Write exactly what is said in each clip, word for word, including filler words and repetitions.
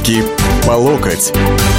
Руки по локоть.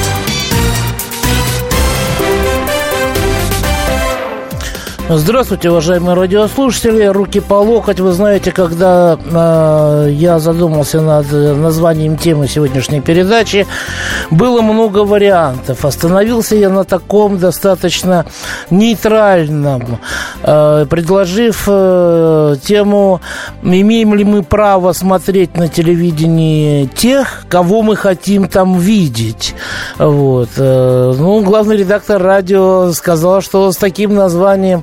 Здравствуйте, уважаемые радиослушатели. Руки по локоть. Вы знаете, когда э, я задумался над названием темы сегодняшней передачи, было много вариантов. Остановился я на таком достаточно нейтральном, э, предложив э, тему: имеем ли мы право смотреть на телевидении тех, кого мы хотим там видеть. Вот. Э, ну, главный редактор радио сказал, что с таким названием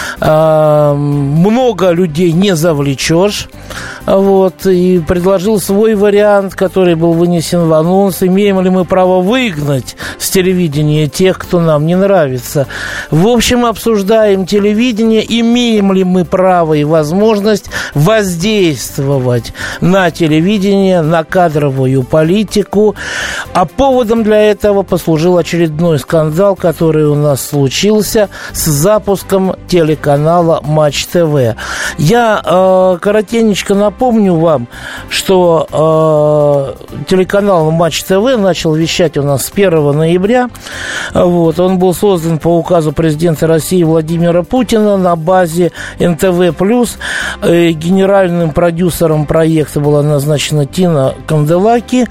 много людей не завлечешь. Вот, и предложил свой вариант, который был вынесен в анонс: имеем ли мы право выгнать с телевидения тех, кто нам не нравится. В общем, обсуждаем телевидение, имеем ли мы право и возможность воздействовать на телевидение, на кадровую политику. А поводом для этого послужил очередной скандал, который у нас случился с запуском телеканала Матч ТВ. Я э, коротенечко напомню вам, что э, телеканал Матч ТВ начал вещать у нас с первого ноября. Вот, он был создан по указу президента России Владимира Путина на базе эн тэ вэ плюс. Э, генеральным продюсером проекта была назначена Тина Канделаки.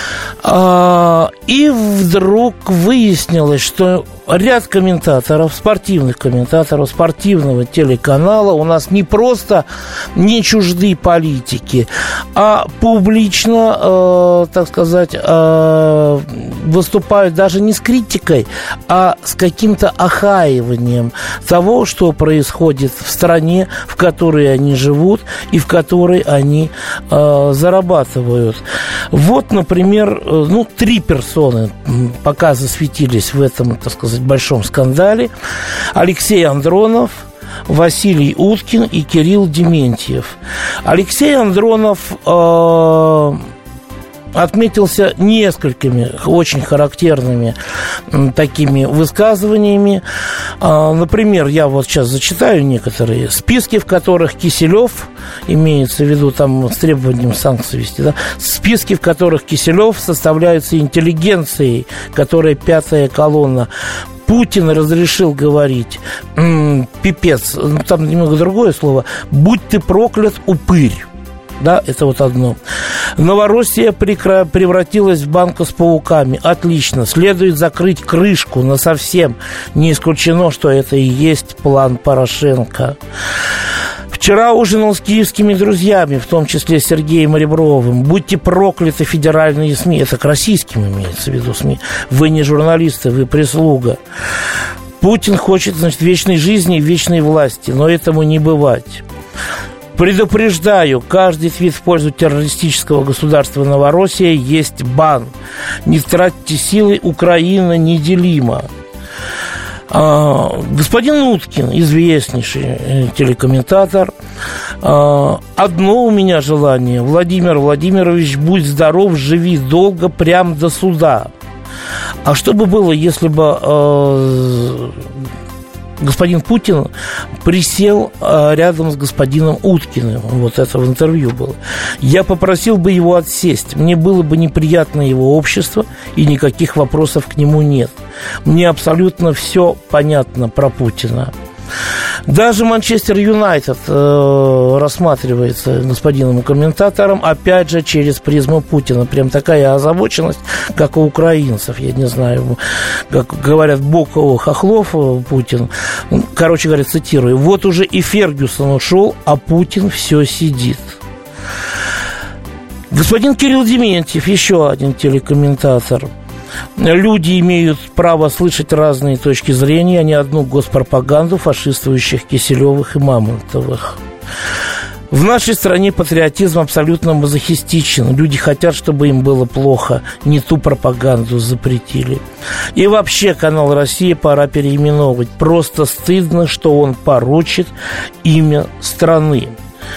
Э, и вдруг выяснилось, что ряд комментаторов, спортивных комментаторов, спортивного телеканала у нас не просто не чужды политики, а публично, э, так сказать, э, выступают даже не с критикой, а с каким-то охаиванием того, что происходит в стране, в которой они живут и в которой они э, зарабатывают. Вот, например, э, ну, три персоны пока засветились в этом, так сказать, большом скандале: Алексей Андронов, Василий Уткин и Кирилл Дементьев. Алексей Андронов э, отметился несколькими очень характерными м, такими высказываниями. Э, например, я вот сейчас зачитаю некоторые списки, в которых Киселев, имеется в виду там с требованием санкций вести, да, списки, в которых Киселев составляются интеллигенцией, которая пятая колонна. Путин разрешил говорить, м-м, пипец, там немного другое слово: будь ты проклят, упырь. Да, это вот одно. Новороссия прекра- превратилась в банку с пауками. Отлично. Следует закрыть крышку насовсем. Не исключено, что это и есть план Порошенко. Вчера ужинал с киевскими друзьями, в том числе с Сергеем Ребровым. Будьте прокляты, федеральные СМИ. Это к российским имеется в виду СМИ. Вы не журналисты, вы прислуга. Путин хочет, значит, вечной жизни и вечной власти, но этому не бывать. Предупреждаю, каждый твит в пользу террористического государства Новороссия есть бан. Не тратьте силы, Украина неделима. А, господин Уткин, известнейший телекомментатор: а, одно у меня желание: Владимир Владимирович, будь здоров, живи долго, прям до суда. А что бы было, если бы э, господин Путин присел э, рядом с господином Уткиным? Вот это в интервью было. Я попросил бы его отсесть. Мне было бы неприятно его общество, и никаких вопросов к нему нет. Мне абсолютно все понятно про Путина. Даже Манчестер Юнайтед э, рассматривается господином комментатором, опять же, через призму Путина. Прям такая озабоченность, как у украинцев. Я не знаю, как говорят, Бокова, Хохлов, Путин. Короче говоря, цитирую: вот уже и Фергюсон ушел, а Путин все сидит. Господин Кирилл Дементьев, еще один телекомментатор: люди имеют право слышать разные точки зрения, а не одну госпропаганду фашистующих Киселевых и Мамонтовых. В нашей стране патриотизм абсолютно мазохистичен. Люди хотят, чтобы им было плохо. Не ту пропаганду запретили. И вообще канал «Россия» пора переименовывать. Просто стыдно, что он порочит имя страны.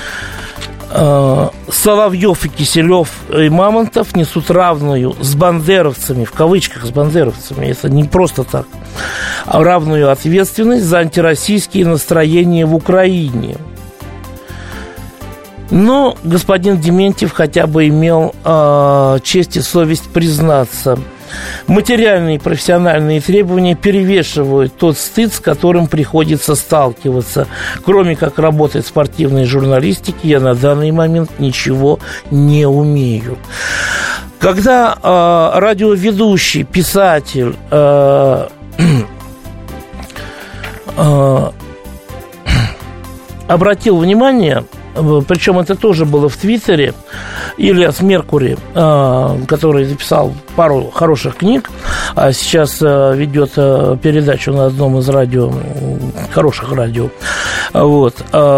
Соловьев и Киселев и Мамонтов несут равную с бандеровцами, в кавычках с бандеровцами, это не просто так, а равную ответственность за антироссийские настроения в Украине. Но господин Дементьев хотя бы имел э, честь и совесть признаться. Материальные и профессиональные требования перевешивают тот стыд, с которым приходится сталкиваться. Кроме как работать в спортивной журналистике, я на данный момент ничего не умею. Когда э, радиоведущий, писатель э, э, обратил внимание, причем это тоже было в Твиттере, Ильяс Меркури, который записал пару хороших книг, а сейчас ведет передачу на одном из радио, хороших радио, вот,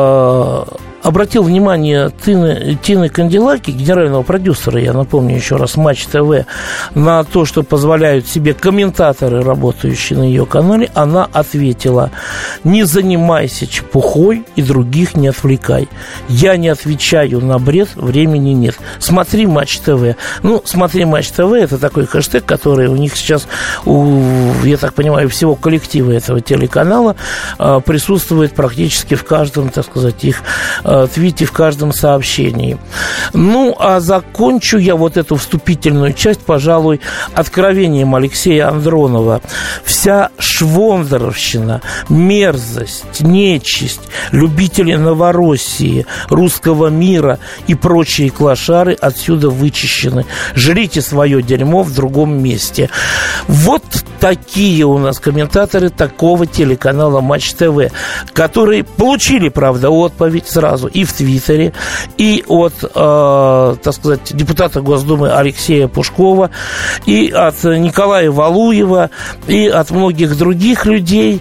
обратил внимание Тины, Тины Канделаки, генерального продюсера, я напомню еще раз, Матч ТВ, на то, что позволяют себе комментаторы, работающие на ее канале. Она ответила: не занимайся чепухой и других не отвлекай. Я не отвечаю на бред, времени нет. Смотри Матч ТВ. Ну, смотри Матч ТВ, это такой хэштег, который у них сейчас, у, я так понимаю, всего коллектива этого телеканала присутствует практически в каждом, так сказать, их твите, в каждом сообщении. Ну, а закончу я вот эту вступительную часть, пожалуй, откровением Алексея Андронова. Вся швондеровщина, мерзость, нечисть, любители Новороссии, русского мира и прочие клошары отсюда вычищены. Жрите свое дерьмо в другом месте. Вот такие у нас комментаторы такого телеканала Матч ТВ, которые получили, правда, отповедь сразу и в Твиттере, и от, э, так сказать, депутата Госдумы Алексея Пушкова, и от Николая Валуева, и от многих других людей,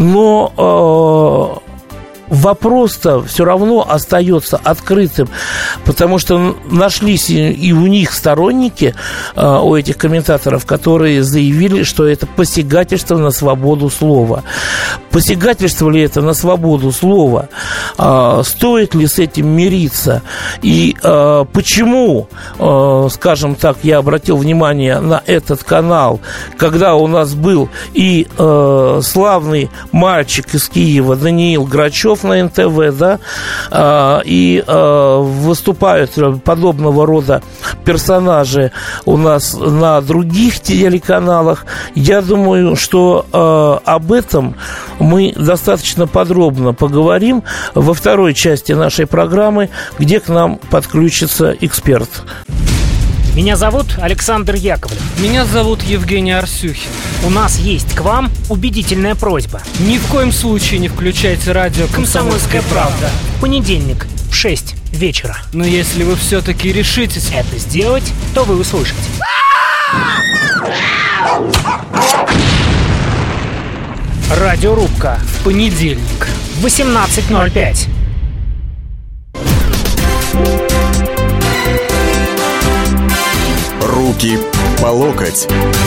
но... Э, вопрос-то все равно остается открытым, потому что нашлись и у них сторонники, у этих комментаторов, которые заявили, что это посягательство на свободу слова. Посягательство ли это на свободу слова? Стоит ли с этим мириться? И почему, скажем так, я обратил внимание на этот канал, когда у нас был и славный мальчик из Киева Даниил Грачев на эн тэ вэ, да, и выступают подобного рода персонажи у нас на других телеканалах. Я думаю, что об этом мы достаточно подробно поговорим во второй части нашей программы, где к нам подключится эксперт. Меня зовут Александр Яковлев. Меня зовут Евгений Арсюхин. У нас есть к вам убедительная просьба. Ни в коем случае не включайте радио «Комсомольская правда». В понедельник в шесть вечера. Но если вы все-таки решитесь это сделать, то вы услышите. Радиорубка. В понедельник. В восемнадцать ноль пять. Руки по локоть.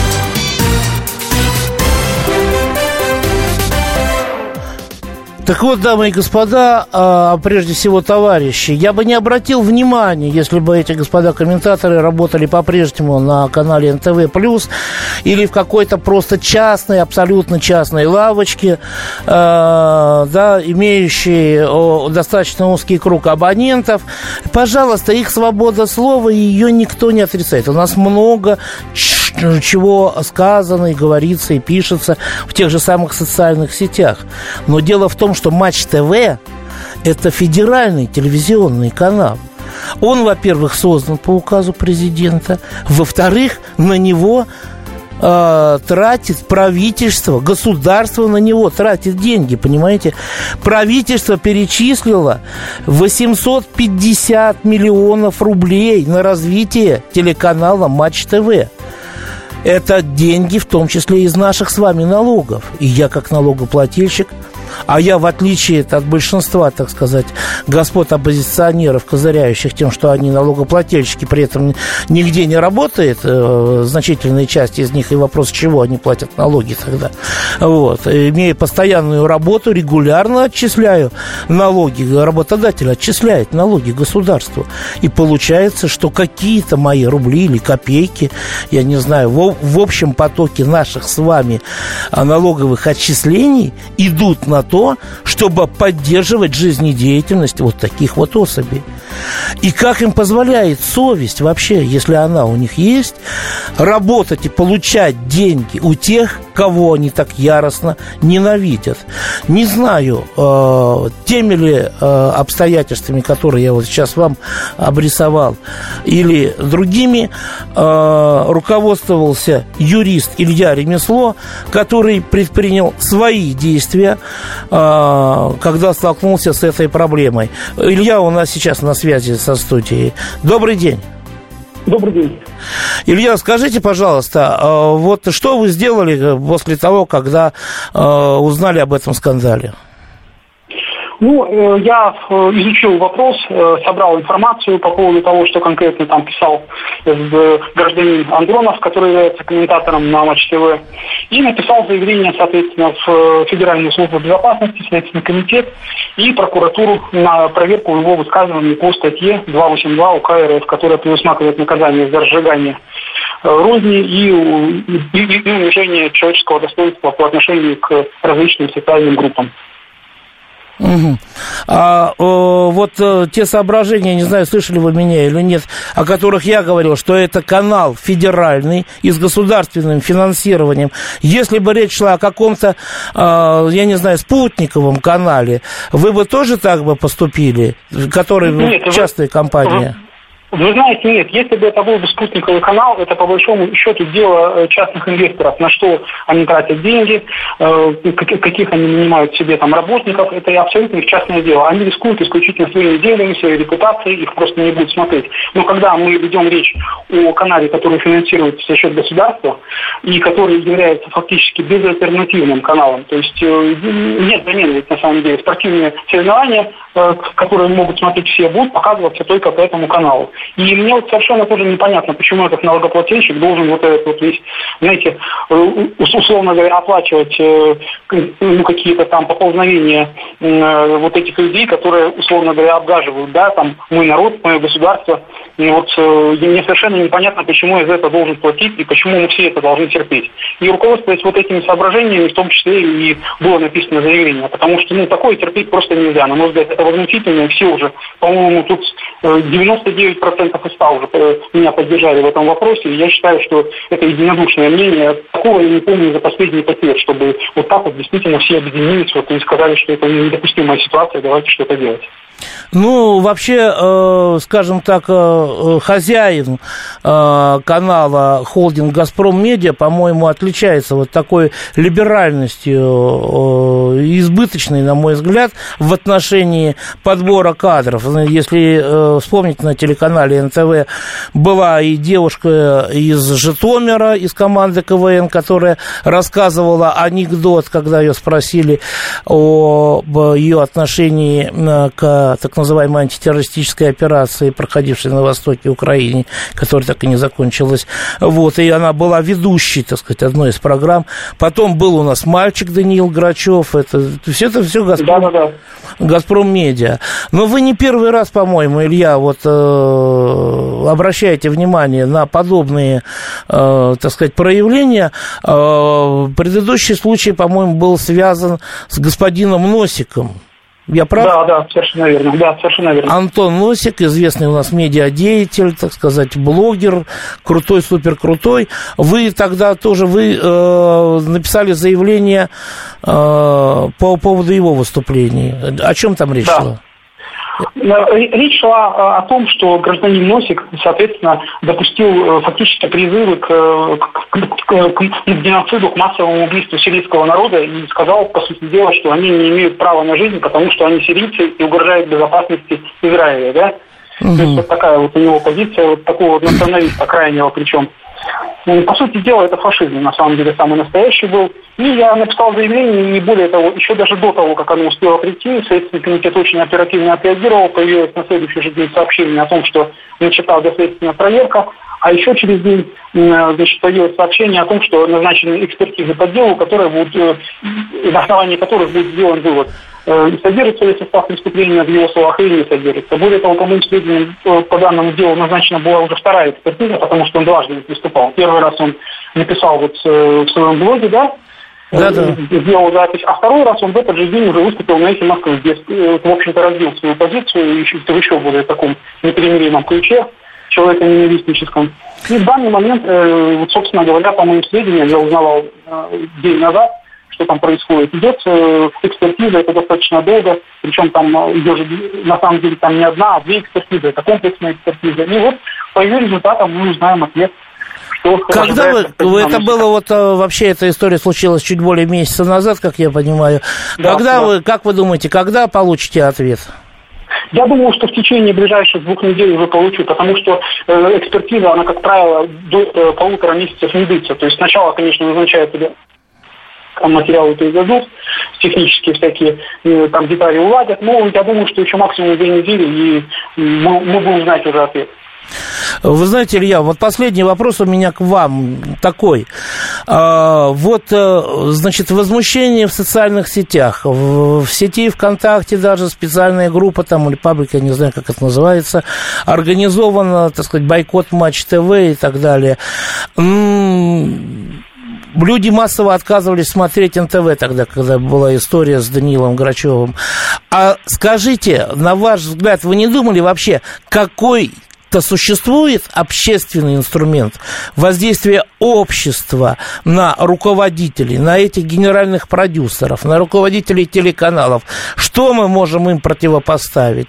Так вот, дамы и господа, а прежде всего товарищи, я бы не обратил внимания, если бы эти господа комментаторы работали по-прежнему на канале эн тэ вэ плюс или в какой-то просто частной, абсолютно частной лавочке, э, да, имеющей о, достаточно узкий круг абонентов. Пожалуйста, их свобода слова, и ее никто не отрицает. У нас много чего сказано и говорится, и пишется в тех же самых социальных сетях. Но дело в том, что Матч ТВ – это федеральный телевизионный канал. Он, во-первых, создан по указу президента. Во-вторых, на него э, тратит правительство, государство на него тратит деньги, понимаете? Правительство перечислило восемьсот пятьдесят миллионов рублей на развитие телеканала Матч ТВ. Это деньги, в том числе из наших с вами налогов. И я, как налогоплательщик, а я, в отличие от большинства, так сказать, господ оппозиционеров, козыряющих тем, что они налогоплательщики, при этом нигде не работает, э, значительная часть из них, и вопрос, чего они платят налоги тогда. Вот. Имея постоянную работу, регулярно отчисляю налоги, работодатель отчисляет налоги государству. И получается, что какие-то мои рубли или копейки, я не знаю, в, в общем потоке наших с вами налоговых отчислений идут на на то, чтобы поддерживать жизнедеятельность вот таких вот особей. И как им позволяет совесть вообще, если она у них есть, работать и получать деньги у тех, кого они так яростно ненавидят. Не знаю, э, теми ли э, обстоятельствами, которые я вот сейчас вам обрисовал, или другими, э, руководствовался юрист Илья Ремесло, который предпринял свои действия, э, когда столкнулся с этой проблемой. Илья у нас сейчас на связи со студией. Добрый день. Добрый день. Илья, скажите, пожалуйста, вот что вы сделали после того, когда узнали об этом скандале? Ну, я изучил вопрос, собрал информацию по поводу того, что конкретно там писал гражданин Андронов, который является комментатором на Матч ТВ, и написал заявление, соответственно, в Федеральную службу безопасности, Следственный комитет и прокуратуру на проверку его высказываний по статье двести восемьдесят два УК РФ, которая предусматривает наказание за разжигание розни и, и, и унижение человеческого достоинства по отношению к различным социальным группам. Угу. А о, вот о, те соображения, не знаю, слышали вы меня или нет, о которых я говорил, что это канал федеральный и с государственным финансированием. Если бы речь шла о каком-то, э, я не знаю, спутниковом канале, вы бы тоже так бы поступили, который нет, частная вы... компания? Вы знаете, нет, если бы это был бы спутниковый канал, это по большому счету дело частных инвесторов, на что они тратят деньги, каких они нанимают себе там работников, это абсолютно их частное дело. Они рискуют исключительно своими деньгами, своей репутацией, их просто не будут смотреть. Но когда мы ведем речь о канале, который финансируется за счет государства и который является фактически безальтернативным каналом, то есть нет замены, ведь на самом деле спортивные соревнования, которые могут смотреть все, будут показываться только по этому каналу. И мне вот совершенно тоже непонятно, почему этот налогоплательщик должен вот этот вот весь, знаете, условно говоря, оплачивать ну, какие-то там поползновения вот этих людей, которые, условно говоря, обгаживают, да, там, мой народ, мое государство. И вот мне совершенно непонятно, почему я за это должен платить и почему мы все это должны терпеть. И руководствуясь вот этими соображениями, в том числе и было написано заявление, потому что, ну, такое терпеть просто нельзя. На мой взгляд, это возмутительно, и все уже, по-моему, тут девяносто девять процентов из ста уже меня поддержали в этом вопросе, и я считаю, что это единодушное мнение. Такого я не помню за последние пять лет, чтобы вот так вот действительно все объединились вот, и сказали, что это недопустимая ситуация, давайте что-то делать. Ну, вообще, э, скажем так, э, хозяин э, канала холдинг «Газпром Медиа», по-моему, отличается вот такой либеральностью, э, избыточной, на мой взгляд, в отношении подбора кадров. Если э, вспомнить, на телеканале эн тэ вэ была и девушка из Житомира, из команды ка вэ эн, которая рассказывала анекдот, когда ее спросили об ее отношении к так называемой антитеррористической операции, проходившей на востоке Украины, которая так и не закончилась. Вот, и она была ведущей, так сказать, одной из программ. Потом был у нас мальчик Даниил Грачев. Это все, это все «Газпром», да, да, да. «Газпром Медиа». Но вы не первый раз, по-моему, Илья, вот э, обращаете внимание на подобные, э, так сказать, проявления. Э, предыдущий случай, по-моему, был связан с господином Носиком. Я прав? Да, да, совершенно верно. Да, совершенно верно. Антон Носик, известный у нас медиадеятель, так сказать, блогер, крутой, суперкрутой. Вы тогда тоже вы э, написали заявление э, по поводу его выступлений. О чем там речь да. шла? Речь шла о том, что гражданин Носик, соответственно, допустил фактически призывы к, к, к, к геноциду, к массовому убийству сирийского народа и сказал, по сути дела, что они не имеют права на жизнь, потому что они сирийцы и угрожают безопасности Израиля, да? Угу. То есть вот такая вот у него позиция, вот такого вот националиста крайнего причем. По сути дела, это фашизм, на самом деле, самый настоящий был. И я написал заявление, и более того, еще даже до того, как оно успело прийти, Следственный комитет очень оперативно отреагировал, появилось на следующий же день сообщение о том, что начата доследственная проверка, а еще через день, значит, появилось сообщение о том, что назначены экспертизы по делу, которые будут, на основании которых будет сделан вывод, содержится ли состав преступления в его словах или не содержится. Более того, по моим сведениям, по данному делу назначена была уже вторая экспертиза, потому что он дважды не приступал. Первый раз он написал вот в своем блоге, да, Да, да. сделал запись, а второй раз он в этот же день уже выступил на «Эхе Москвы», где, в общем-то, развил свою позицию еще, в еще более таком непримиримом ключе, человеконенавистническом. И в данный момент, вот, собственно говоря, по моим сведениям, я узнавал день назад, что там происходит. Идет экспертиза, это достаточно долго, причем там идет же, на самом деле, там не одна, а две экспертизы, это комплексная экспертиза. И вот по ее результатам мы узнаем ответ. Когда вы, это было вот вообще эта история случилась чуть более месяца назад, как я понимаю. Да, когда да. вы, как вы думаете, когда получите ответ? Я думаю, что в течение ближайших двух недель уже получу, потому что э, экспертиза, она, как правило, до э, полутора месяцев не длится. То есть сначала, конечно, назначают тебе материалы передадут, технические всякие э, там детали уладят, но я думаю, что еще максимум две недели, и мы, мы будем знать уже ответ. Вы знаете, Илья, вот последний вопрос у меня к вам такой. А, вот, значит, возмущение в социальных сетях, в, в сети ВКонтакте даже специальная группа там, или паблика, я не знаю, как это называется, организована, так сказать, бойкот Матч ТВ и так далее. М-м- Люди массово отказывались смотреть эн тэ вэ тогда, когда была история с Даниилом Грачевым. А скажите, на ваш взгляд, вы не думали вообще, какой существует общественный инструмент воздействия общества на руководителей, на этих генеральных продюсеров, на руководителей телеканалов? Что мы можем им противопоставить?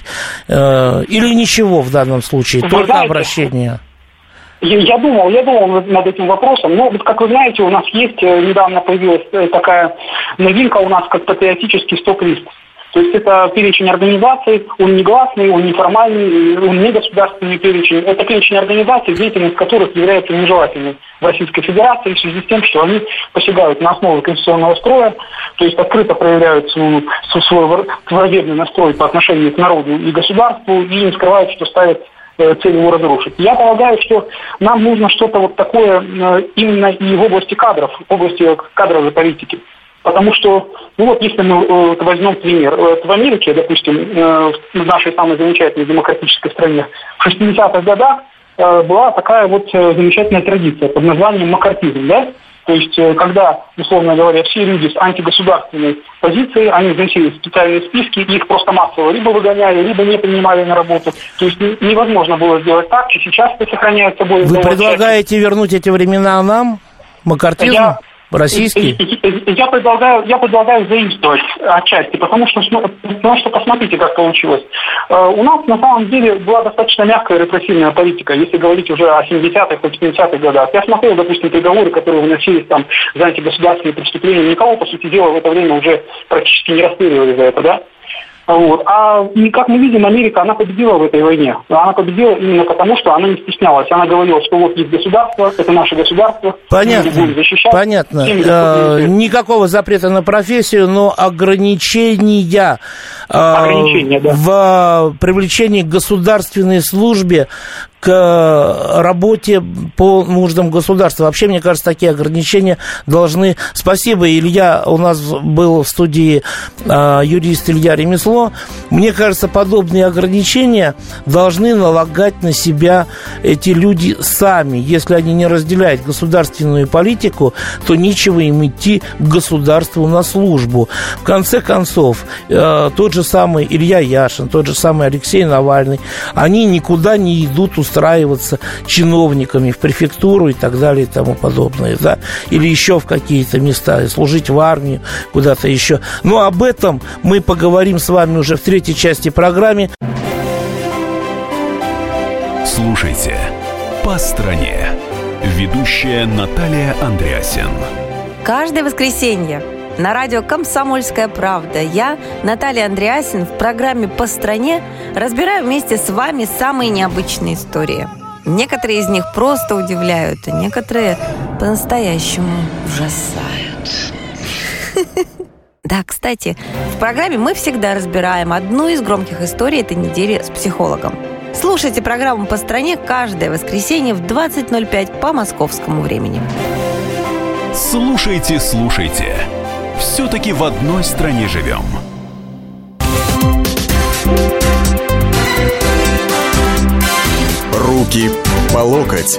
Или ничего в данном случае, вы только знаете, обращение? Я, я думал, я думал над этим вопросом, но, вот, как вы знаете, у нас есть, недавно появилась такая новинка у нас, как патриотический стоп-лист. То есть это перечень организаций, он негласный, он неформальный, он не государственный перечень. Это перечень организаций, деятельность которых является нежелательной в Российской Федерации в связи с тем, что они посягают на основы конституционного строя, то есть открыто проявляют свой, свой враждебный настрой по отношению к народу и государству и не скрывают, что ставят цель его разрушить. Я полагаю, что нам нужно что-то вот такое именно и в области кадров, в области кадровой политики. Потому что, ну вот если мы э, возьмем пример, э, в Америке, допустим, э, в нашей самой замечательной демократической стране, в шестидесятых годах э, была такая вот э, замечательная традиция под названием маккартизм, да? То есть, э, когда, условно говоря, все люди с антигосударственной позицией, они вносили специальные списки, их просто массово либо выгоняли, либо не принимали на работу. То есть невозможно было сделать так, и сейчас это сохраняется более... Вы предлагаете вернуть эти времена нам? Маккартизм? Я... Российский? Я предлагаю, я предлагаю заимствовать отчасти, потому что, потому что посмотрите, как получилось. У нас на самом деле была достаточно мягкая репрессивная политика, если говорить уже о семидесятых, восьмидесятых годах. Я смотрел, допустим, приговоры, которые выносились там за антигосударственные преступления. Никого, по сути дела, в это время уже практически не расстреливали за это, да? Вот. А и, как мы видим, Америка, она победила в этой войне. Она победила именно потому, что она не стеснялась. Она говорила, что вот есть государство, это наше государство. Понятно. Мы будем защищать. Понятно. Э, никакого запрета на профессию, но ограничения, э, ограничения да. в привлечении к государственной службе, к работе по нуждам государства. Вообще, мне кажется, такие ограничения должны... Спасибо, Илья. У нас был в студии э, юрист Илья Ремесло. Мне кажется, подобные ограничения должны налагать на себя эти люди сами. Если они не разделяют государственную политику, то нечего им идти к государству на службу. В конце концов, э, тот же самый Илья Яшин, тот же самый Алексей Навальный, они никуда не идут устраиваться устраиваться чиновниками в префектуру и так далее и тому подобное, да, или еще в какие-то места, и служить в армию, куда-то еще. Но об этом мы поговорим с вами уже в третьей части программы. Слушайте «По стране». Ведущая Наталья Андреасен. Каждое воскресенье на радио «Комсомольская правда» я, Наталья Андреасен, в программе «По стране» разбираю вместе с вами самые необычные истории. Некоторые из них просто удивляют, а некоторые по-настоящему ужасают. Да, кстати, в программе мы всегда разбираем одну из громких историй этой недели с психологом. Слушайте программу «По стране» каждое воскресенье в двадцать ноль пять по московскому времени. Слушайте, слушайте. Все-таки в одной стране живем. Руки по локоть.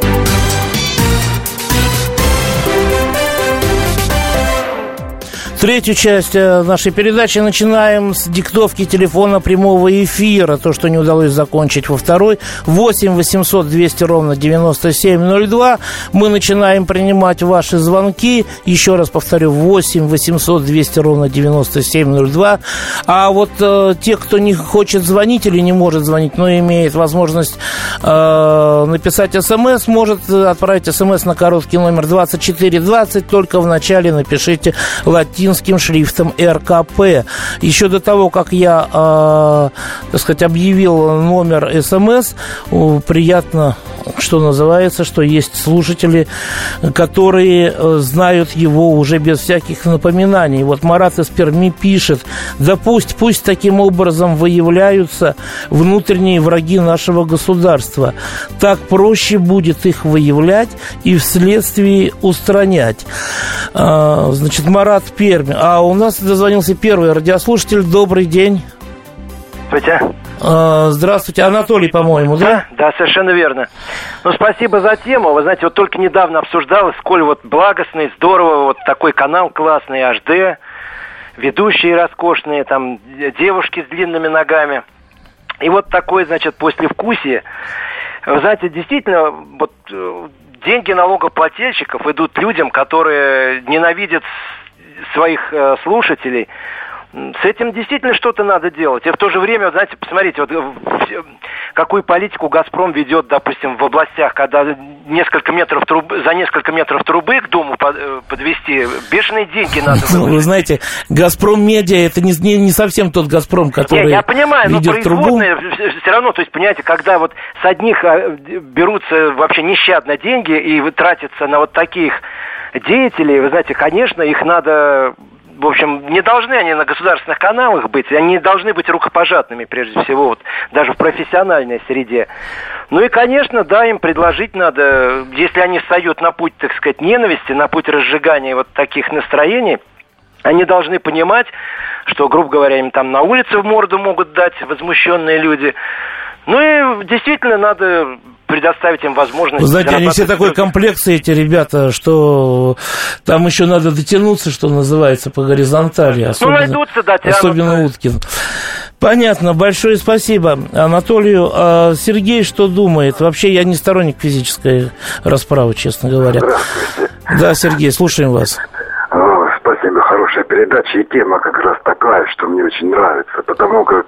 Третью часть нашей передачи начинаем с диктовки телефона прямого эфира. То, что не удалось закончить во второй. восемь восемьсот двести ровно девяносто семь ноль два. Мы начинаем принимать ваши звонки. Еще раз повторю, восемь восемьсот двести ровно девяносто семь ноль два. А вот э, те, кто не хочет звонить или не может звонить, но имеет возможность э, написать смс, может отправить смс на короткий номер двадцать четыре двадцать. Только вначале напишите латинским шрифтом эр ка пэ. Еще до того, как я, э, так сказать, объявил номер смс, приятно, что называется, что есть слушатели, которые знают его уже без всяких напоминаний. Вот Марат из Перми пишет: да пусть, пусть таким образом выявляются внутренние враги нашего государства. Так проще будет их выявлять и вследствие устранять. А, значит, Марат, Пермь. А у нас дозвонился первый радиослушатель. Добрый день. Здравствуйте. А, здравствуйте. Анатолий, по-моему, да? Да, совершенно верно. Ну, спасибо за тему. Вы знаете, вот только недавно обсуждалось, сколь вот благостно и здорово, вот такой канал классный, аш дэ, ведущие роскошные, там, девушки с длинными ногами. И вот такое, значит, послевкусие. Вы знаете, действительно, вот деньги налогоплательщиков идут людям, которые ненавидят своих э, слушателей. С этим действительно что-то надо делать. И в то же время, вот, знаете, посмотрите, вот, какую политику «Газпром» ведет, допустим, в областях, когда несколько метров трубы, за несколько метров трубы к дому подвести, бешеные деньги надо выложить. Вы знаете, «Газпром Медиа» — это не, не, не совсем тот «Газпром», который ведет трубу. Я понимаю, но производные все равно, то есть, понимаете, когда вот с одних берутся вообще нещадно деньги и тратятся на вот таких деятелей, вы знаете, конечно, их надо... В общем, не должны они на государственных каналах быть, они не должны быть рукопожатными, прежде всего, вот, даже в профессиональной среде. Ну и, конечно, да, им предложить надо, если они встают на путь, так сказать, ненависти, на путь разжигания вот таких настроений, они должны понимать, что, грубо говоря, им там на улице в морду могут дать возмущенные люди. Ну и действительно надо предоставить им возможность... Вы знаете, они все такой комплексы, эти ребята, что там еще надо дотянуться, что называется, по горизонтали. Особенно, ну, найдутся, да, особенно Уткин. Понятно, большое спасибо Анатолию. А Сергей что думает? Вообще, я не сторонник физической расправы, честно говоря. Здравствуйте. Да, Сергей, слушаем вас. О, спасибо, хорошая передача. И тема как раз такая, что мне очень нравится. Потому как...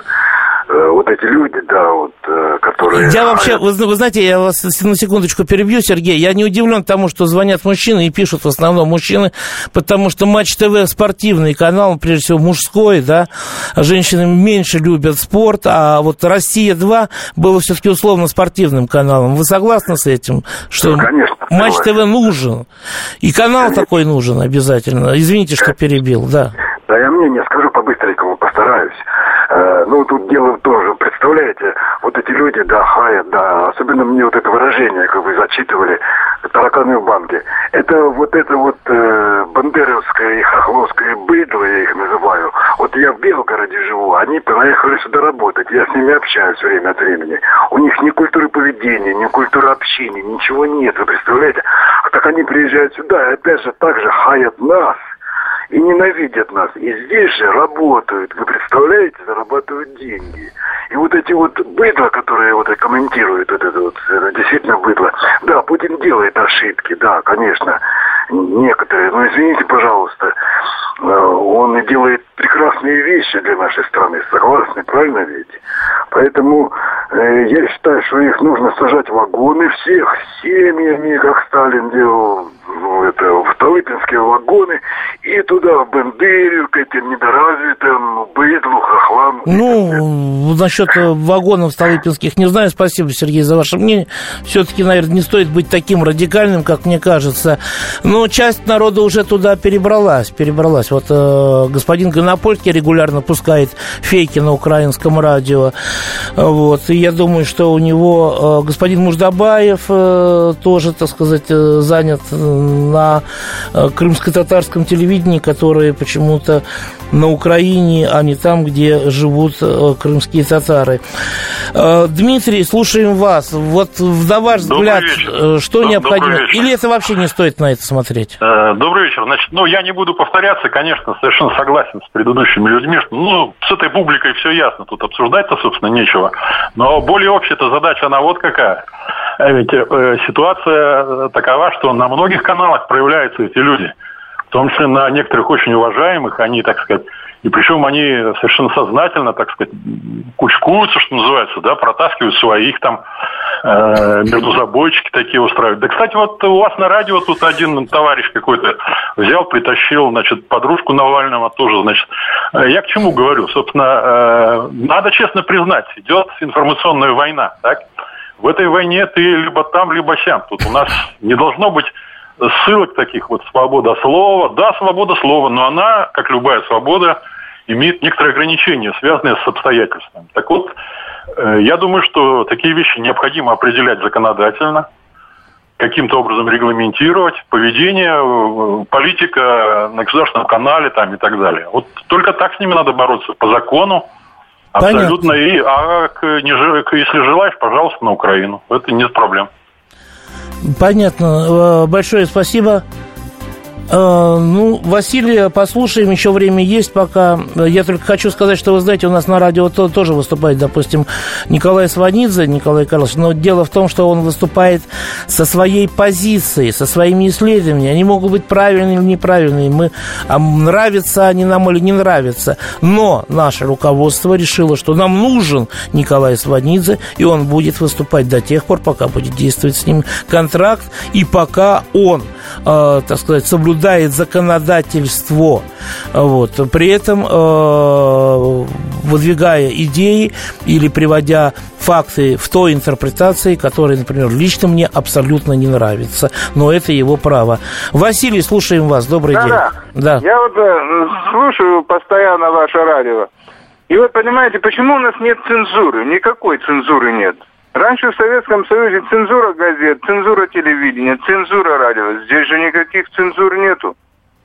Вот эти люди, да, вот, которые... Я вообще, вы, вы знаете, я вас на секундочку перебью, Сергей, я не удивлен тому, что звонят мужчины и пишут в основном мужчины, потому что Матч ТВ спортивный канал, прежде всего мужской, да, женщины меньше любят спорт, а вот Россия два было все-таки условно спортивным каналом. Вы согласны с этим, что ну, конечно, Матч ТВ нужен, и канал конечно. Такой нужен обязательно? Извините, что перебил, да. Да, я мнение скажу по-быстренькому, постараюсь. Ну, тут дело тоже, представляете, вот эти люди, да, хаят, да, особенно мне вот это выражение, как вы зачитывали, тараканы в банке. Это вот это вот э, бандеровское и хохловское быдло, я их называю. Вот я в Белгороде живу, они поехали сюда работать, я с ними общаюсь время от времени. У них ни культуры поведения, ни культуры общения, ничего нет, вы представляете? А так они приезжают сюда и опять же так же хаят нас. И ненавидят нас. И здесь же работают, вы представляете, зарабатывают деньги. И вот эти вот быдла, которые вот комментируют, вот это вот, это действительно быдло. Да, Путин делает ошибки, да, конечно, некоторые. Но извините, пожалуйста, он делает прекрасные вещи для нашей страны. Согласны, правильно ведь? Поэтому э, я считаю, что их нужно сажать в вагоны всех, семьями, как Сталин делал, ну, это, в Столыпинские вагоны, и туда, в Бендерию, к этим недоразвитым, быдлу, хохлам. Ну, насчет вагонов столыпинских не знаю. Спасибо, Сергей, за ваше мнение. Все-таки, наверное, не стоит быть таким радикальным, как мне кажется. Но часть народа уже туда перебралась, перебралась. Вот э, господин Гонопольский регулярно пускает фейки на украинском радио. Вот. И я думаю, что у него э, господин Муждабаев э, тоже, так сказать, э, занят на э, крымско-татарском телевидении, которое почему-то на Украине, а не там, где живут крымские татары. Дмитрий, слушаем вас. Вот на ваш взгляд, что необходимо? Или это вообще не стоит на это смотреть? Добрый вечер. Значит, ну, я не буду повторяться, конечно, совершенно согласен с предыдущими людьми, что, ну, с этой публикой все ясно, тут обсуждать-то, собственно, нечего. Но более общая-то задача, она вот какая. Ведь э, ситуация такова, что на многих каналах проявляются эти люди, в том числе на некоторых очень уважаемых, они, так сказать, и причем они совершенно сознательно, так сказать, кучкуются, что называется, да, протаскивают своих там, э, между забойчики такие устраивают. Да, кстати, вот у вас на радио тут один товарищ какой-то взял, притащил, значит, подружку Навального тоже, значит. Я к чему говорю? Собственно, э, надо честно признать, идет информационная война, так? В этой войне ты либо там, либо сям. Тут у нас не должно быть ссылок таких вот, свобода слова. Да, свобода слова, но она, как любая свобода, имеет некоторые ограничения, связанные с обстоятельствами. Так вот, я думаю, что такие вещи необходимо определять законодательно, каким-то образом регламентировать поведение, политика на государственном канале там, и так далее. Вот только так с ними надо бороться по закону. Абсолютно. И, а не, если желаешь, пожалуйста, на Украину. Это нет проблем. Понятно. Большое спасибо. Ну, Василия, послушаем, еще время есть пока. Я только хочу сказать, что, вы знаете, у нас на радио тоже выступает, допустим, Николай Сванидзе, Николай Карлович, но дело в том, что он выступает со своей позицией, со своими исследованиями. Они могут быть правильными или неправильными, мы, а нравятся они нам или не нравятся. Но наше руководство решило, что нам нужен Николай Сванидзе, и он будет выступать до тех пор, пока будет действовать с ним контракт, и пока он, э, так сказать, соблюдает законодательство, вот, при этом э, выдвигая идеи или приводя факты в той интерпретации, которая, например, лично мне абсолютно не нравится, но это его право. Василий, слушаем вас, добрый да, день. Да. Да. Я вот э, слушаю постоянно ваше радио, и вот понимаете, почему у нас нет цензуры? Никакой цензуры нет. Раньше в Советском Союзе цензура газет, цензура телевидения, цензура радио. Здесь же никаких цензур нету.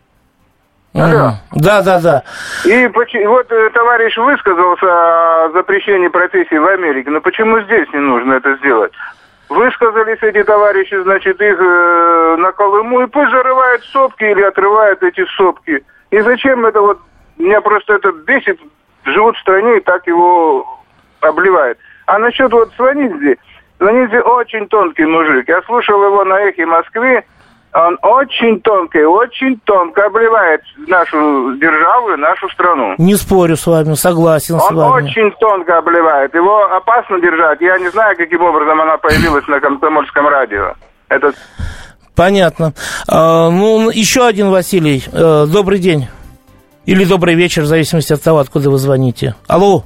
Алло. Да, да, да. И вот товарищ высказался о запрещении профессии в Америке. Но почему здесь не нужно это сделать? Высказались эти товарищи, значит, их э, на Колыму, и пусть зарывают сопки или отрывают эти сопки. И зачем это вот... Меня просто это бесит. Живут в стране и так его обливает. А насчет вот Сванидзе, Сванидзе очень тонкий мужик. Я слушал его на «Эхе Москвы». Он очень тонко, очень тонко обливает нашу державу и нашу страну. Не спорю с вами, согласен он с вами. Он очень тонко обливает. Его опасно держать. Я не знаю, каким образом она появилась на Комсомольском радио. Это... Понятно. А, ну, еще один Василий. А, добрый день. Или добрый вечер, в зависимости от того, откуда вы звоните. Алло.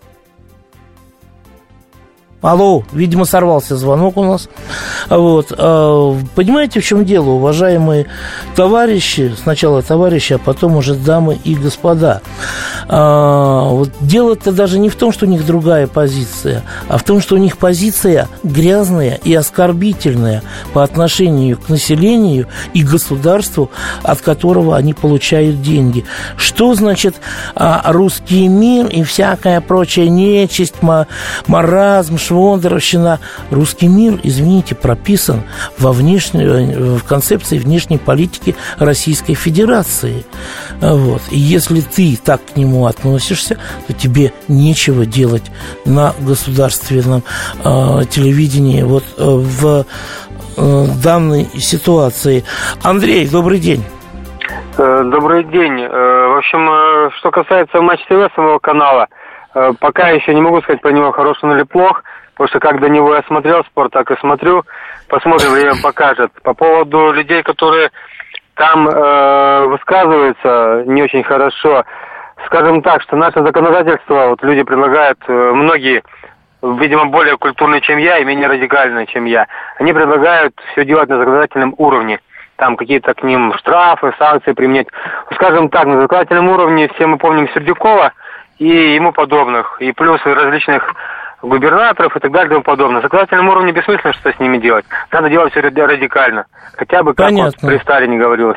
Алло, видимо, сорвался звонок у нас. Вот. Понимаете, в чем дело, уважаемые товарищи? Сначала товарищи, а потом уже дамы и господа. Вот дело-то даже не в том, что у них другая позиция, а в том, что у них позиция грязная и оскорбительная по отношению к населению и государству, от которого они получают деньги. Что значит русский мир и всякая прочая нечисть, маразм, швондеровщина? Русский мир, извините, прописан во внешней, в концепции внешней политики Российской Федерации. Вот. И если ты так к нему относишься, то тебе нечего делать на государственном э, телевидении вот э, в э, данной ситуации. Андрей, добрый день. Добрый день. В общем, что касается Матч ТВ, самого канала, пока еще не могу сказать про него, хорош он или плох, потому что как до него я смотрел спорт, так и смотрю. Посмотрим, время покажет. По поводу людей, которые там э, высказываются не очень хорошо, скажем так, что наше законодательство, вот люди предлагают, э, многие, видимо, более культурные, чем я, и менее радикальные, чем я, они предлагают все делать на законодательном уровне. Там какие-то к ним штрафы, санкции применять. Скажем так, на законодательном уровне все мы помним Сердюкова и ему подобных, и плюс различных губернаторов и так далее и тому подобное. На законодательном уровне бессмысленно что с ними делать. Надо делать все радикально. Хотя бы как вот при Сталине говорилось.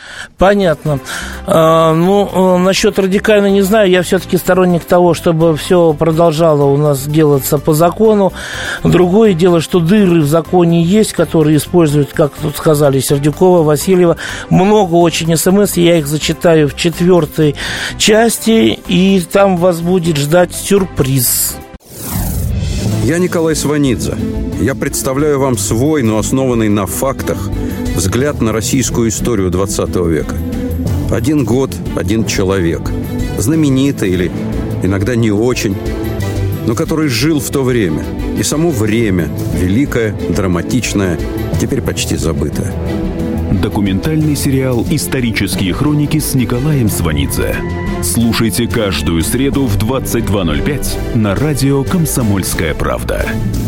Понятно. А, ну, насчет радикально не знаю. Я все-таки сторонник того, чтобы все продолжало у нас делаться по закону. Другое дело, что дыры в законе есть, которые используют, как тут сказали, Сердюкова, Васильева. Много очень смс, я их зачитаю в четвертой части, и там вас будет ждать сюрприз. Я Николай Сванидзе. Я представляю вам свой, но основанный на фактах, взгляд на российскую историю двадцатого века. Один год, один человек. Знаменитый или иногда не очень, но который жил в то время. И само время, великое, драматичное, теперь почти забытое. Документальный сериал «Исторические хроники» с Николаем Сванидзе. Слушайте каждую среду в двадцать два ноль пять на радио «Комсомольская правда».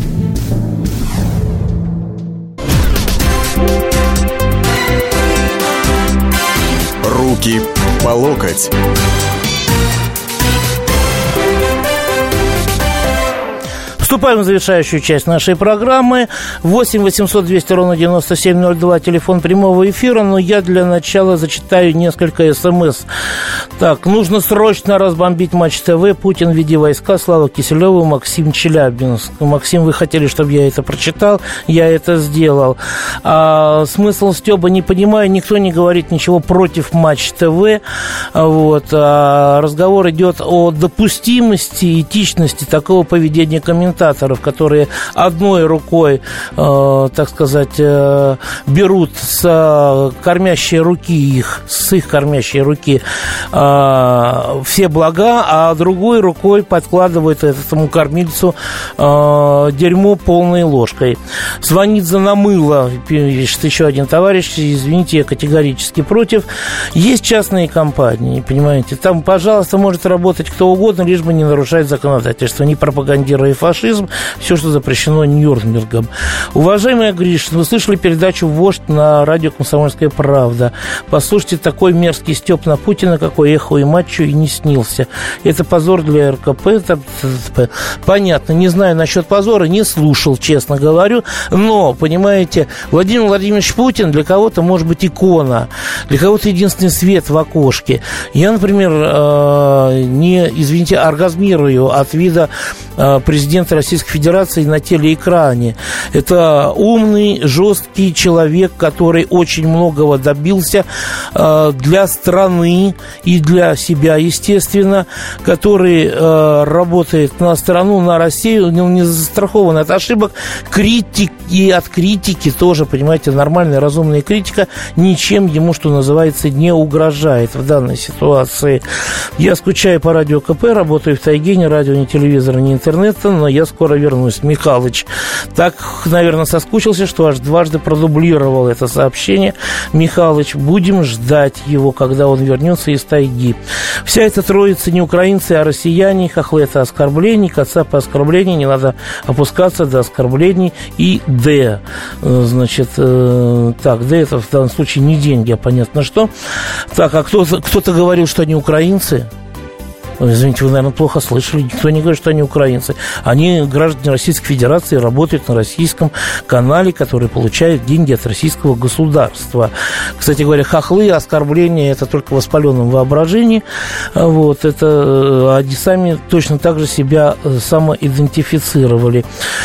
Руки по локоть. Вступаем в завершающую часть нашей программы. восемь восемьсот двести ровно девяносто семь ноль два, телефон прямого эфира. Но я для начала зачитаю несколько смс. Так, нужно срочно разбомбить Матч ТВ. Путин, веди войска. Слава Киселеву, Максим, Челябинск. Максим, вы хотели, чтобы я это прочитал? Я это сделал. А, смысл стёба не понимаю. Никто не говорит ничего против Матч ТВ. Вот. А, разговор идет о допустимости, этичности такого поведения комментаторов, которые одной рукой, э, так сказать, э, берут с э, кормящей руки их, с их кормящей руки э, все блага, а другой рукой подкладывают этому кормильцу э, дерьмо полной ложкой. Сванидзе на мыло, пишет еще один товарищ, извините, я категорически против. Есть частные компании, понимаете, там, пожалуйста, может работать кто угодно, лишь бы не нарушать законодательство, не пропагандируя фашизм, все, что запрещено Нюрнбергом. Уважаемая Гришин, вы слышали передачу «Вождь» на радио «Комсомольская правда». Послушайте, такой мерзкий стёб на Путина, какой эхо и матчу и не снился. Это позор для РКП. Это... Понятно, не знаю насчет позора, не слушал, честно говорю. Но, понимаете, Владимир Владимирович Путин для кого-то может быть икона, для кого-то единственный свет в окошке. Я, например, не, извините, оргазмирую от вида президента Российской Федерации на телеэкране. Это умный, жесткий человек, который очень многого добился э, для страны и для себя, естественно, который э, работает на страну, на Россию, он не застрахован от ошибок, критик и от критики тоже, понимаете, нормальная, разумная критика ничем ему, что называется, не угрожает в данной ситуации. Я скучаю по радио КП, работаю в тайге, ни радио, ни телевизора, ни интернета, но я скоро вернусь. Михалыч так, наверное, соскучился, что аж дважды продублировал это сообщение. Михалыч, будем ждать его, когда он вернется из тайги. Вся эта троица не украинцы, а россияне. Хохлы — это оскорбление, кацапы — оскорбление. Не надо опускаться до оскорблений. И Д. Значит, э, так, Д — это в данном случае не деньги, а понятно что. Так, а кто-то, кто-то говорил, что они украинцы. Извините, вы, наверное, плохо слышали. Никто не говорит, что они украинцы. Они граждане Российской Федерации, работают на российском канале, который получает деньги от российского государства. Кстати говоря, хохлы, оскорбления — это только в воспаленном воображении. Вот, это они сами точно так же себя самоидентифицировали.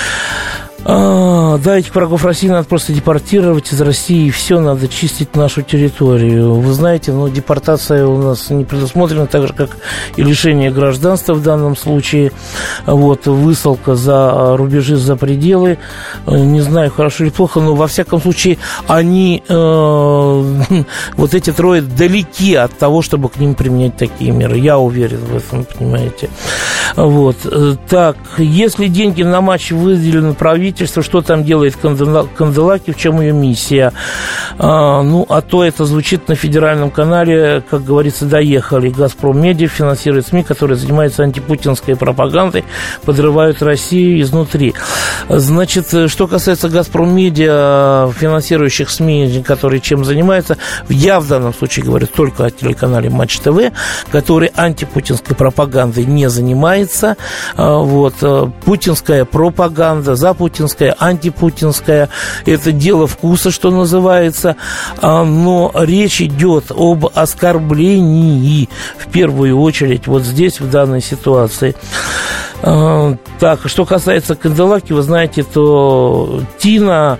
А, да, этих врагов России надо просто депортировать из России, и все, надо чистить нашу территорию. Вы знаете, ну, депортация у нас не предусмотрена, так же, как и лишение гражданства в данном случае. Вот, высылка за рубежи, за пределы. Не знаю, хорошо или плохо, но, во всяком случае, они, э, вот эти трое, далеки от того, чтобы к ним применять такие меры. Я уверен в этом, понимаете. Вот. Так, если деньги на матч выделены правительству, что там делает Канделаки, в чем ее миссия? А, ну, а то это звучит на федеральном канале, как говорится, доехали. «Газпром Медиа» финансирует СМИ, которые занимаются антипутинской пропагандой, подрывают Россию изнутри. Значит, что касается «Газпром Медиа», финансирующих СМИ, которые чем занимаются, я в данном случае говорю только о телеканале Матч ТВ, который антипутинской пропагандой не занимается. Вот. Путинская пропаганда, за Путин антипутинская, антипутинская. Это дело вкуса, что называется. Но речь идет об оскорблении в первую очередь вот здесь, в данной ситуации. Так, что касается Канделаки, вы знаете, то Тина...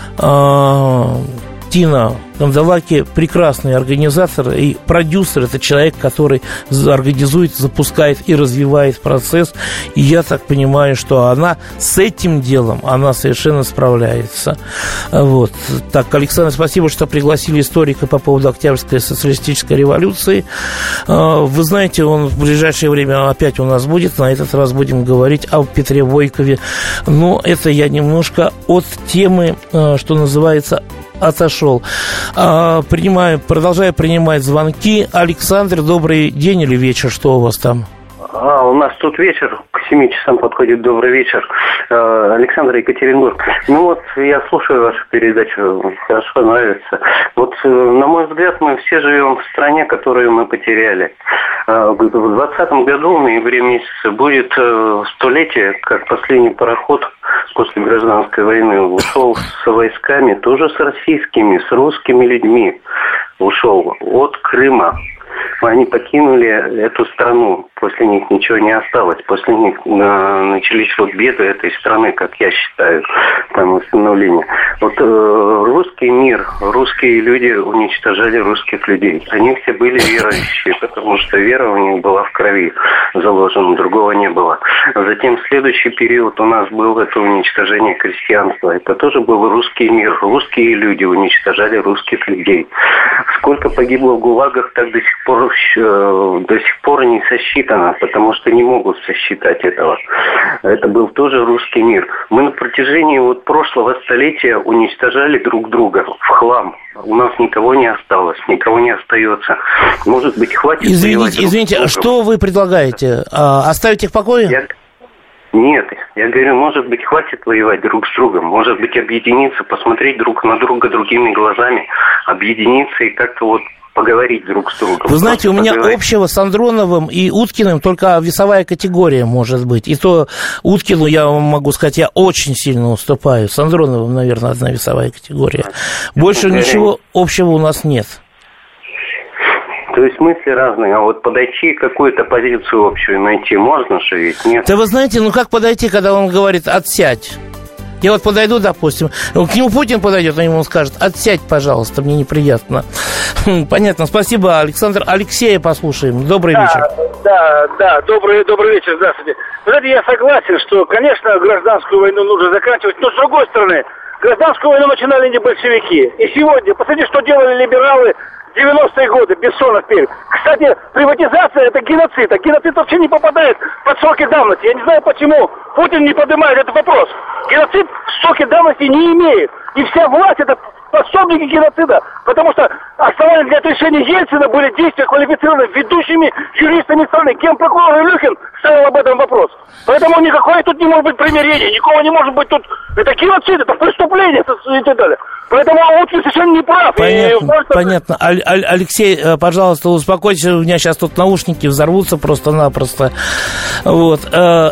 Тина Канделаки прекрасный организатор и продюсер. Это человек, который организует, запускает и развивает процесс. И я так понимаю, что она с этим делом, она совершенно справляется. Вот. Так, Александр, спасибо, что пригласили историка по поводу Октябрьской социалистической революции. Вы знаете, он в ближайшее время опять у нас будет. На этот раз будем говорить о Петре Войкове. Но это я немножко от темы, что называется, отошел. А, принимаю, продолжаю принимать звонки. Александр, добрый день или вечер, что у вас там? А, у нас тут вечер, к семи часам подходит добрый вечер. А, Александр, Екатеринбург. Ну вот, я слушаю вашу передачу, хорошо, нравится. Вот, на мой взгляд, мы все живем в стране, которую мы потеряли. А, в двадцатом году, в ноябре месяце, будет столетие, как последний пароход после гражданской войны ушел с войсками, тоже с российскими, с русскими людьми ушел от Крыма. Они покинули эту страну, после них ничего не осталось, после них на, начались вот беды этой страны, как я считаю, там восстановление. Вот э, русский мир, русские люди уничтожали русских людей. Они все были верующие, потому что вера у них была в крови заложена, другого не было. Затем следующий период у нас был это уничтожение крестьянства. Это тоже был русский мир. Русские люди уничтожали русских людей. Сколько погибло в ГУЛАГах, так до сих пор до сих пор не сосчитано, потому что не могут сосчитать этого. Это был тоже русский мир. Мы на протяжении вот прошлого столетия уничтожали друг друга в хлам. У нас никого не осталось, никого не остается. Может быть, хватит... Извините, извините, а что вы предлагаете? А, оставить их в покое? Я... Нет, я говорю, может быть, хватит воевать друг с другом, может быть, объединиться, посмотреть друг на друга другими глазами, объединиться и как-то вот поговорить друг с другом. Вы знаете, у меня поговорить. общего с Андроновым и Уткиным только весовая категория может быть. И то Уткину, я вам могу сказать, я очень сильно уступаю. С Андроновым, наверное, одна весовая категория. Больше Говорим. Ничего общего у нас нет. То есть мысли разные, а вот подойти какую-то позицию общую найти можно же ведь, нет? Да вы знаете, ну как подойти, когда он говорит «отсядь»? Я вот подойду, допустим, к нему Путин подойдет, он ему скажет «отсядь, пожалуйста, мне неприятно». Понятно, спасибо, Александр. Алексея послушаем. Добрый да, вечер. Да, да, добрый, добрый вечер, здравствуйте. Вы знаете, я согласен, что, конечно, гражданскую войну нужно заканчивать, но с другой стороны, гражданскую войну начинали не большевики. И сегодня, посмотрите, что делали либералы в девяностые годы, Бессонов перед. Кстати, приватизация – это геноцид, а геноцид вообще не попадает под сроки давности. Я не знаю, почему Путин не поднимает этот вопрос. Геноцид сроки давности не имеет. И вся власть – это пособники геноцида, потому что основанием для решения Ельцина были действия, квалифицированные ведущими юристами страны. Генпрокурор Илюхин ставил об этом вопрос. Поэтому никакое тут не может быть примирения, никого не может быть тут. Это геноцид, это преступление и так далее. Поэтому Уткин совершенно не прав. Понятно, и... понятно. Аль- Аль- Алексей, пожалуйста, успокойтесь, у меня сейчас тут наушники взорвутся просто-напросто. Вот.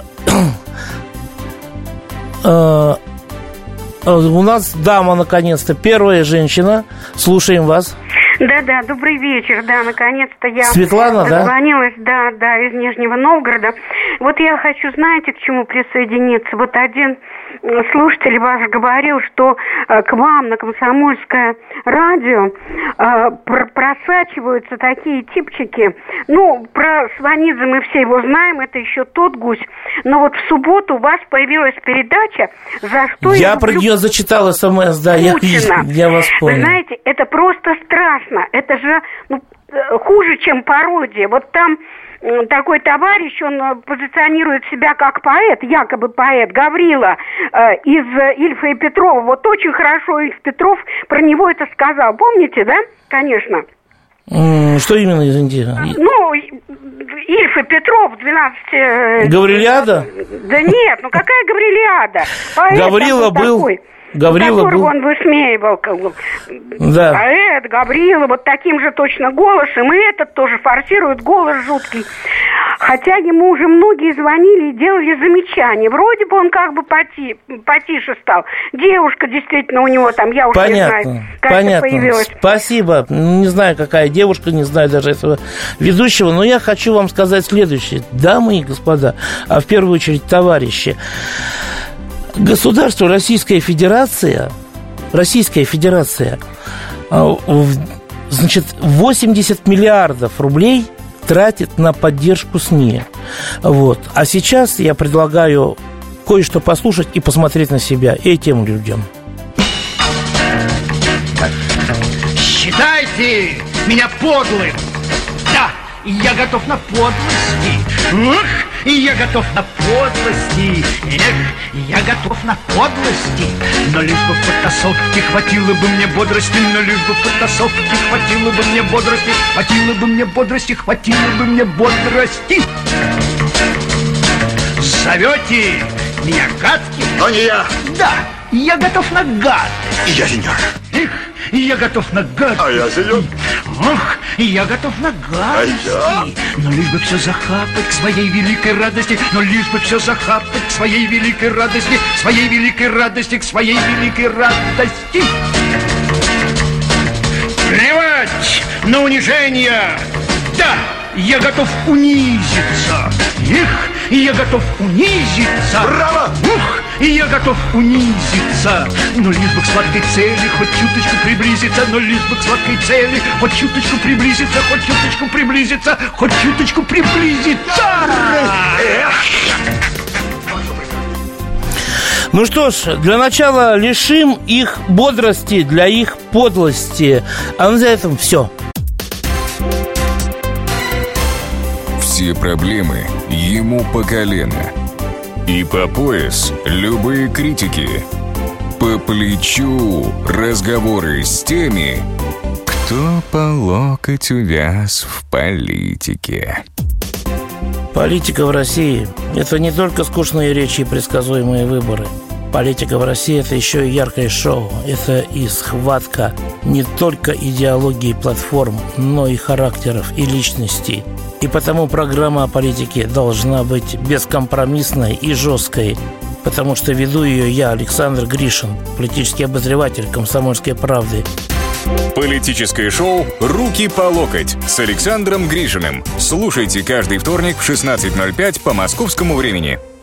У нас дама, наконец-то, первая женщина. Слушаем вас. Да-да, добрый вечер, да, наконец-то я Светлана, дозвонилась, да? да, да, из Нижнего Новгорода. Вот я хочу, знаете, к чему присоединиться? Вот один слушатель ваш говорил, что э, к вам на Комсомольское радио э, пр- просачиваются такие типчики. Ну, про Сванидзе мы все его знаем, это еще тот гусь. Но вот в субботу у вас появилась передача «За что я, я люблю про нее зачитал СМС, да, я, я вас понял. Вы знаете, это просто страшно. Это же ну, хуже, чем пародия. Вот там такой товарищ, он позиционирует себя как поэт, якобы поэт, Гаврила э, из Ильфа и Петрова. Вот очень хорошо Ильф Петров про него это сказал. Помните, да? Конечно. Что именно, извините? Ну, Ильф и Петров, двенадцать... Гаврилиада? Да нет, ну какая Гаврилиада? Поэт Гаврила был... Такой. Гаврила которого был... он высмеивал, как бы, да. поэт, Гаврила, вот таким же точно голосом, и этот тоже форсирует голос жуткий. Хотя ему уже многие звонили и делали замечания. Вроде бы он как бы поти, потише стал. Девушка действительно у него там, я уже понятно, не знаю, как понятно. это появилось. Спасибо. Не знаю, какая девушка, не знаю даже этого ведущего, но я хочу вам сказать следующее. Дамы и господа, а в первую очередь товарищи, государство Российская Федерация, Российская Федерация, значит, восемьдесят миллиардов рублей тратит на поддержку СМИ. Вот. А сейчас я предлагаю кое-что послушать и посмотреть на себя этим людям. Считайте меня подлым. Да, я готов на подлости. Эх, и я готов на подлости. Эх, я готов на подлости. Но лишь бы в потасовке хватило бы мне бодрости. Но лишь бы в потасовке хватило бы мне бодрости. Хватило бы мне бодрости, хватило бы мне бодрости. Зовете меня гадким? Но не я. Да, я готов на гадость. И я сеньор. Эх, и я готов на гадость. А я сеньор. Ох, и я готов на гадости. А я? Но лишь бы все захапать к своей великой радости. Но лишь бы все захапать к своей великой радости. К своей великой радости, к своей великой радости. Плевать на унижение. Да, я готов унизиться. Эх, и я готов унизиться. Браво! Ух, и я готов унизиться. Но лишь бы к сладкой цели хоть чуточку приблизиться. Но лишь бы к сладкой цели хоть чуточку приблизиться. Хоть чуточку приблизиться. Хоть чуточку приблизиться. Эх! Ну что ж, для начала лишим их бодрости для их подлости. А на этом все. Все проблемы ему по колено. И по пояс любые критики. По плечу разговоры с теми, кто по локоть увяз в политике. Политика в России – это не только скучные речи и предсказуемые выборы. Политика в России – это еще и яркое шоу. Это и схватка не только идеологии платформ, но и характеров и личностей. И потому программа о политике должна быть бескомпромиссной и жесткой. Потому что веду ее я, Александр Гришин, политический обозреватель «Комсомольской правды». Политическое шоу «Руки по локоть» с Александром Гришиным. Слушайте каждый вторник в шестнадцать ноль пять по московскому времени.